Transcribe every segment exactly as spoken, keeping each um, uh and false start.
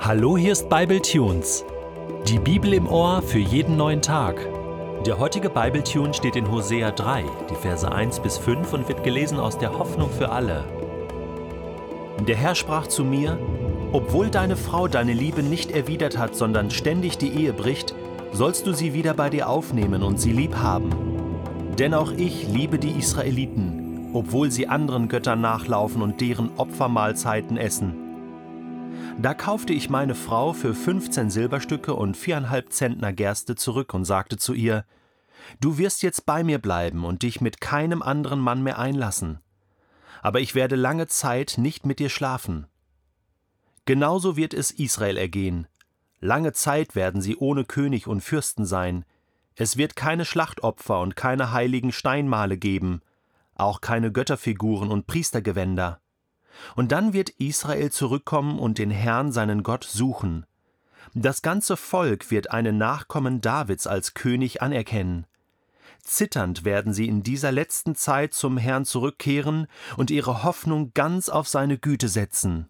Hallo, hier ist Bibletunes. Die Bibel im Ohr für jeden neuen Tag. Der heutige Bibletune steht in Hosea drei, die Verse eins bis fünf und wird gelesen aus der Hoffnung für alle. Der Herr sprach zu mir: Obwohl deine Frau deine Liebe nicht erwidert hat, sondern ständig die Ehe bricht, sollst du sie wieder bei dir aufnehmen und sie lieb haben. Denn auch ich liebe die Israeliten, obwohl sie anderen Göttern nachlaufen und deren Opfermahlzeiten essen. Da kaufte ich meine Frau für fünfzehn Silberstücke und viereinhalb Zentner Gerste zurück und sagte zu ihr: Du wirst jetzt bei mir bleiben und dich mit keinem anderen Mann mehr einlassen. Aber ich werde lange Zeit nicht mit dir schlafen. Genauso wird es Israel ergehen. Lange Zeit werden sie ohne König und Fürsten sein. Es wird keine Schlachtopfer und keine heiligen Steinmale geben, auch keine Götterfiguren und Priestergewänder. Und dann wird Israel zurückkommen und den Herrn, seinen Gott, suchen. Das ganze Volk wird einen Nachkommen Davids als König anerkennen. Zitternd werden sie in dieser letzten Zeit zum Herrn zurückkehren und ihre Hoffnung ganz auf seine Güte setzen.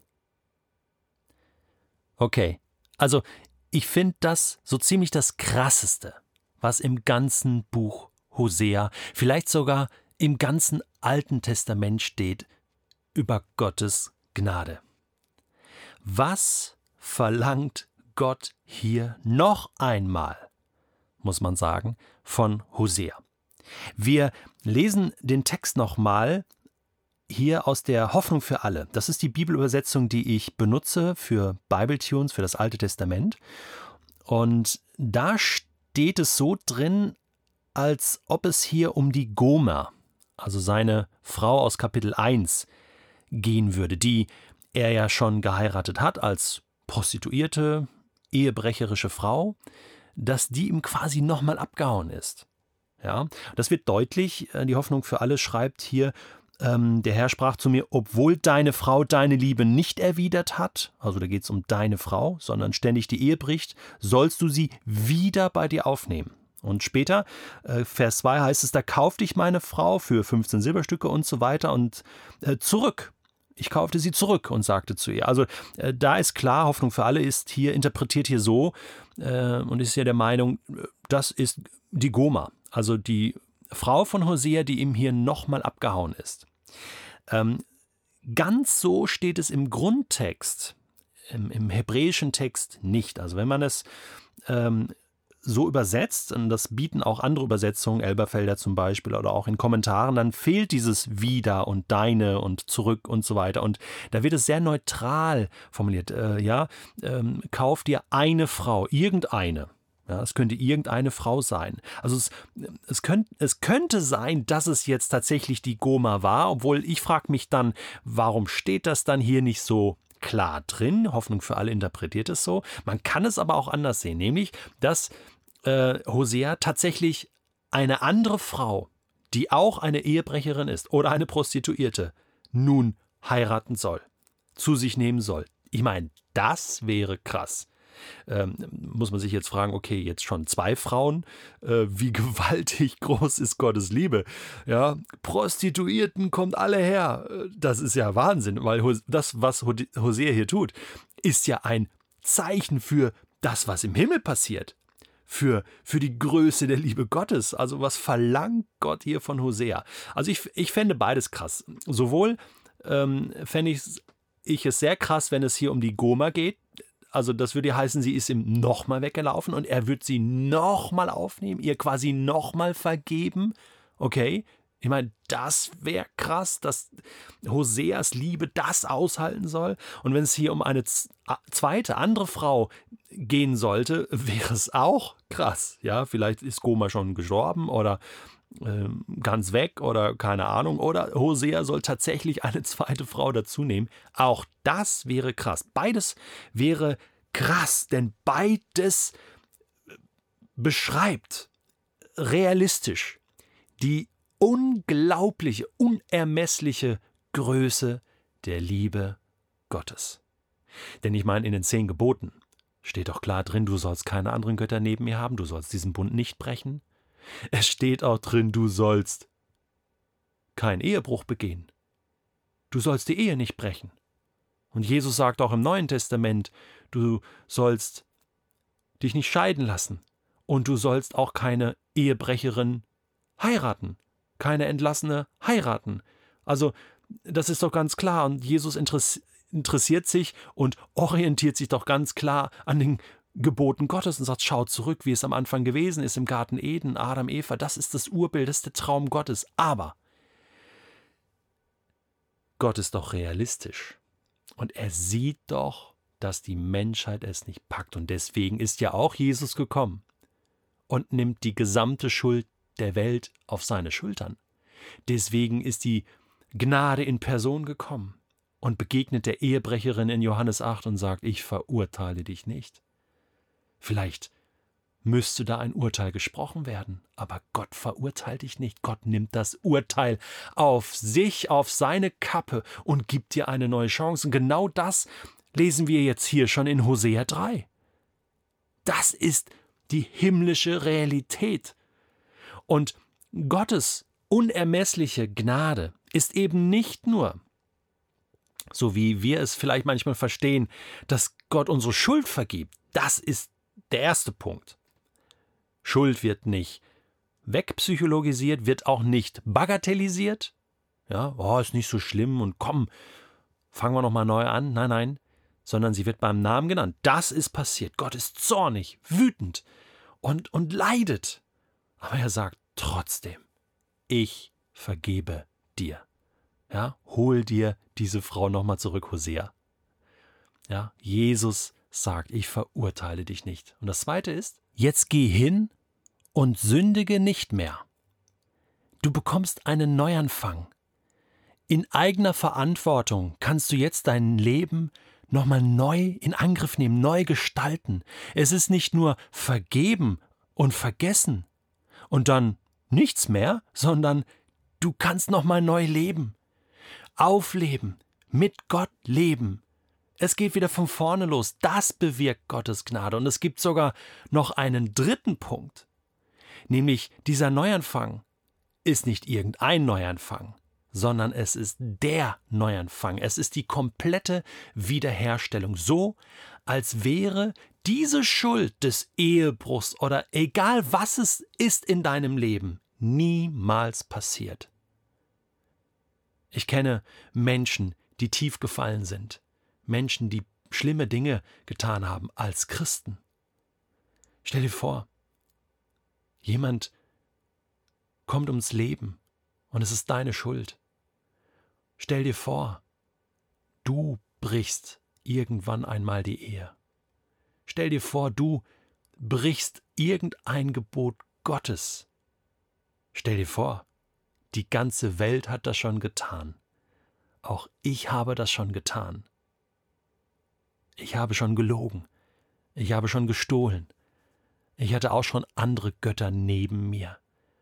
Okay, also ich finde das so ziemlich das Krasseste, was im ganzen Buch Hosea, vielleicht sogar im ganzen Alten Testament steht, über Gottes Gnade. Was verlangt Gott hier noch einmal, muss man sagen, von Hosea? Wir lesen den Text nochmal hier aus der Hoffnung für alle. Das ist die Bibelübersetzung, die ich benutze für Bibletunes, für das Alte Testament. Und da steht es so drin, als ob es hier um die Gomer, also seine Frau aus Kapitel eins, gehen würde, die er ja schon geheiratet hat als prostituierte, ehebrecherische Frau, dass die ihm quasi nochmal abgehauen ist. Ja, das wird deutlich. Die Hoffnung für alle schreibt hier, ähm, der Herr sprach zu mir: Obwohl deine Frau deine Liebe nicht erwidert hat, also da geht es um deine Frau, sondern ständig die Ehe bricht, sollst du sie wieder bei dir aufnehmen. Und später, äh, Vers zwei heißt es, da kaufte ich meine Frau für fünfzehn Silberstücke und so weiter und äh, zurück. Ich kaufte sie zurück und sagte zu ihr. Also äh, da ist klar, Hoffnung für alle ist hier, interpretiert hier so äh, und ist ja der Meinung, das ist die Gomer, also die Frau von Hosea, die ihm hier nochmal abgehauen ist. Ähm, ganz so steht es im Grundtext, im, im hebräischen Text nicht. Also wenn man es ähm, so übersetzt, und das bieten auch andere Übersetzungen, Elberfelder zum Beispiel oder auch in Kommentaren, dann fehlt dieses wieder und deine und zurück und so weiter. Und da wird es sehr neutral formuliert. Äh, ja, ähm, kauf dir eine Frau, irgendeine. Ja, es könnte irgendeine Frau sein. Also es, es, könnt, es könnte sein, dass es jetzt tatsächlich die Gomer war, obwohl ich frage mich dann, warum steht das dann hier nicht so klar drin? Hoffnung für alle interpretiert es so. Man kann es aber auch anders sehen, nämlich, dass äh, Hosea tatsächlich eine andere Frau, die auch eine Ehebrecherin ist oder eine Prostituierte, nun heiraten soll, zu sich nehmen soll. Ich meine, das wäre krass. Ähm, muss man sich jetzt fragen, okay, jetzt schon zwei Frauen, äh, wie gewaltig groß ist Gottes Liebe? Ja, Prostituierten kommt alle her. Das ist ja Wahnsinn, weil das, was Hosea hier tut, ist ja ein Zeichen für das, was im Himmel passiert. Für, für die Größe der Liebe Gottes. Also was verlangt Gott hier von Hosea? Also ich, ich fände beides krass. Sowohl ähm, fände ich, ich es sehr krass, wenn es hier um die Gomer geht. Also das würde ja heißen, sie ist ihm nochmal weggelaufen und er wird sie nochmal aufnehmen, ihr quasi nochmal vergeben. Okay, ich meine, das wäre krass, dass Hoseas Liebe das aushalten soll. Und wenn es hier um eine zweite, andere Frau gehen sollte, wäre es auch krass. Ja, vielleicht ist Gomer schon gestorben oder äh, ganz weg oder keine Ahnung. Oder Hosea soll tatsächlich eine zweite Frau dazu nehmen. Auch das wäre krass. Beides wäre krass, denn beides beschreibt realistisch die unglaubliche, unermessliche Größe der Liebe Gottes. Denn ich meine, in den zehn Geboten steht doch klar drin, du sollst keine anderen Götter neben mir haben, du sollst diesen Bund nicht brechen. Es steht auch drin, du sollst keinen Ehebruch begehen. Du sollst die Ehe nicht brechen. Und Jesus sagt auch im Neuen Testament, du sollst dich nicht scheiden lassen und du sollst auch keine Ehebrecherin heiraten, keine Entlassene heiraten. Also das ist doch ganz klar und Jesus interessiert sich und orientiert sich doch ganz klar an den Geboten Gottes und sagt, schaut zurück, wie es am Anfang gewesen ist im Garten Eden, Adam, Eva, das ist das Urbild, das ist der Traum Gottes. Aber Gott ist doch realistisch und er sieht doch, dass die Menschheit es nicht packt und deswegen ist ja auch Jesus gekommen und nimmt die gesamte Schuld der Welt auf seine Schultern. Deswegen ist die Gnade in Person gekommen und begegnet der Ehebrecherin in Johannes acht und sagt, ich verurteile dich nicht. Vielleicht müsste da ein Urteil gesprochen werden, aber Gott verurteilt dich nicht. Gott nimmt das Urteil auf sich, auf seine Kappe und gibt dir eine neue Chance. Und genau das lesen wir jetzt hier schon in Hosea drei. Das ist die himmlische Realität. Und Gottes unermessliche Gnade ist eben nicht nur, so wie wir es vielleicht manchmal verstehen, dass Gott unsere Schuld vergibt. Das ist der erste Punkt. Schuld wird nicht wegpsychologisiert, wird auch nicht bagatellisiert. Ja, oh, ist nicht so schlimm und komm, fangen wir nochmal neu an. Nein, nein, sondern sie wird beim Namen genannt. Das ist passiert. Gott ist zornig, wütend und, und leidet. Aber er sagt trotzdem, ich vergebe dir. Ja, hol dir diese Frau nochmal zurück, Hosea. Ja, Jesus sagt, ich verurteile dich nicht. Und das Zweite ist, jetzt geh hin und sündige nicht mehr. Du bekommst einen Neuanfang. In eigener Verantwortung kannst du jetzt dein Leben nochmal neu in Angriff nehmen, neu gestalten. Es ist nicht nur vergeben und vergessen und dann nichts mehr, sondern du kannst nochmal neu leben, aufleben, mit Gott leben. Es geht wieder von vorne los. Das bewirkt Gottes Gnade. Und es gibt sogar noch einen dritten Punkt, nämlich dieser Neuanfang ist nicht irgendein Neuanfang, sondern es ist der Neuanfang. Es ist die komplette Wiederherstellung. So, als wäre diese Schuld des Ehebruchs oder egal was es ist in deinem Leben, niemals passiert. Ich kenne Menschen, die tief gefallen sind. Menschen, die schlimme Dinge getan haben als Christen. Stell dir vor, jemand kommt ums Leben und es ist deine Schuld. Stell dir vor, du brichst irgendwann einmal die Ehe. Stell dir vor, du brichst irgendein Gebot Gottes. Stell dir vor, die ganze Welt hat das schon getan. Auch ich habe das schon getan. Ich habe schon gelogen. Ich habe schon gestohlen. Ich hatte auch schon andere Götter neben mir.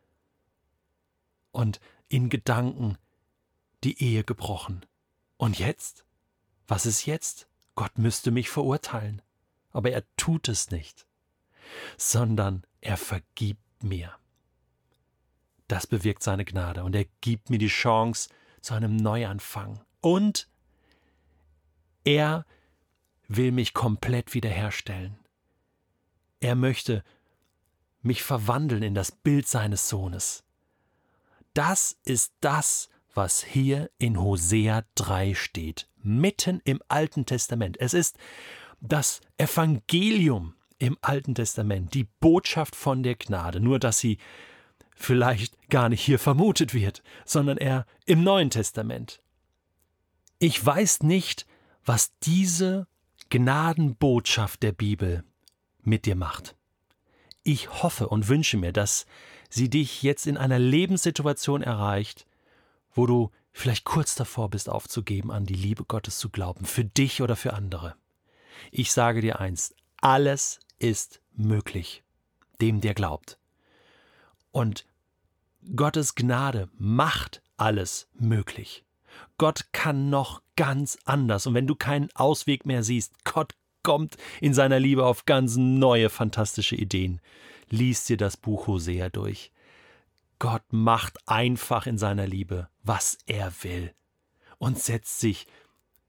Und in Gedanken die Ehe gebrochen. Und jetzt? Was ist jetzt? Gott müsste mich verurteilen. Aber er tut es nicht, sondern er vergibt mir. Das bewirkt seine Gnade und er gibt mir die Chance zu einem Neuanfang. Und er will mich komplett wiederherstellen. Er möchte mich verwandeln in das Bild seines Sohnes. Das ist das, was hier in Hosea drei steht, mitten im Alten Testament. Es ist das Evangelium im Alten Testament, die Botschaft von der Gnade, nur dass sie vielleicht gar nicht hier vermutet wird, sondern eher im Neuen Testament. Ich weiß nicht, was diese Gnadenbotschaft der Bibel mit dir macht. Ich hoffe und wünsche mir, dass sie dich jetzt in einer Lebenssituation erreicht, wo du vielleicht kurz davor bist, aufzugeben, an die Liebe Gottes zu glauben, für dich oder für andere. Ich sage dir eins, alles ist möglich, dem der glaubt. Und Gottes Gnade macht alles möglich. Gott kann noch ganz anders. Und wenn du keinen Ausweg mehr siehst, Gott kommt in seiner Liebe auf ganz neue, fantastische Ideen. Lies dir das Buch Hosea durch. Gott macht einfach in seiner Liebe, was er will und setzt sich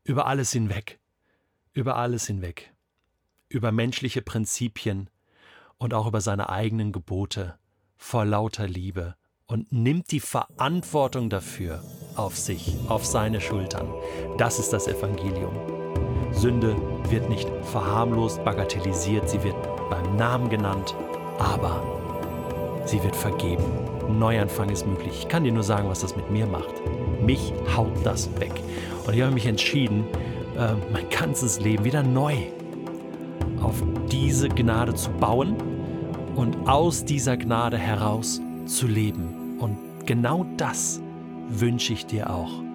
über alles hinweg, über alles hinweg, über menschliche Prinzipien und auch über seine eigenen Gebote, vor lauter Liebe und nimmt die Verantwortung dafür auf sich, auf seine Schultern. Das ist das Evangelium. Sünde wird nicht verharmlost, bagatellisiert, sie wird beim Namen genannt, aber sie wird vergeben. Ein Neuanfang ist möglich. Ich kann dir nur sagen, was das mit mir macht. Mich haut das weg. Und ich habe mich entschieden, äh, mein ganzes Leben wieder neu auf diese Gnade zu bauen und aus dieser Gnade heraus zu leben. Und genau das wünsche ich dir auch.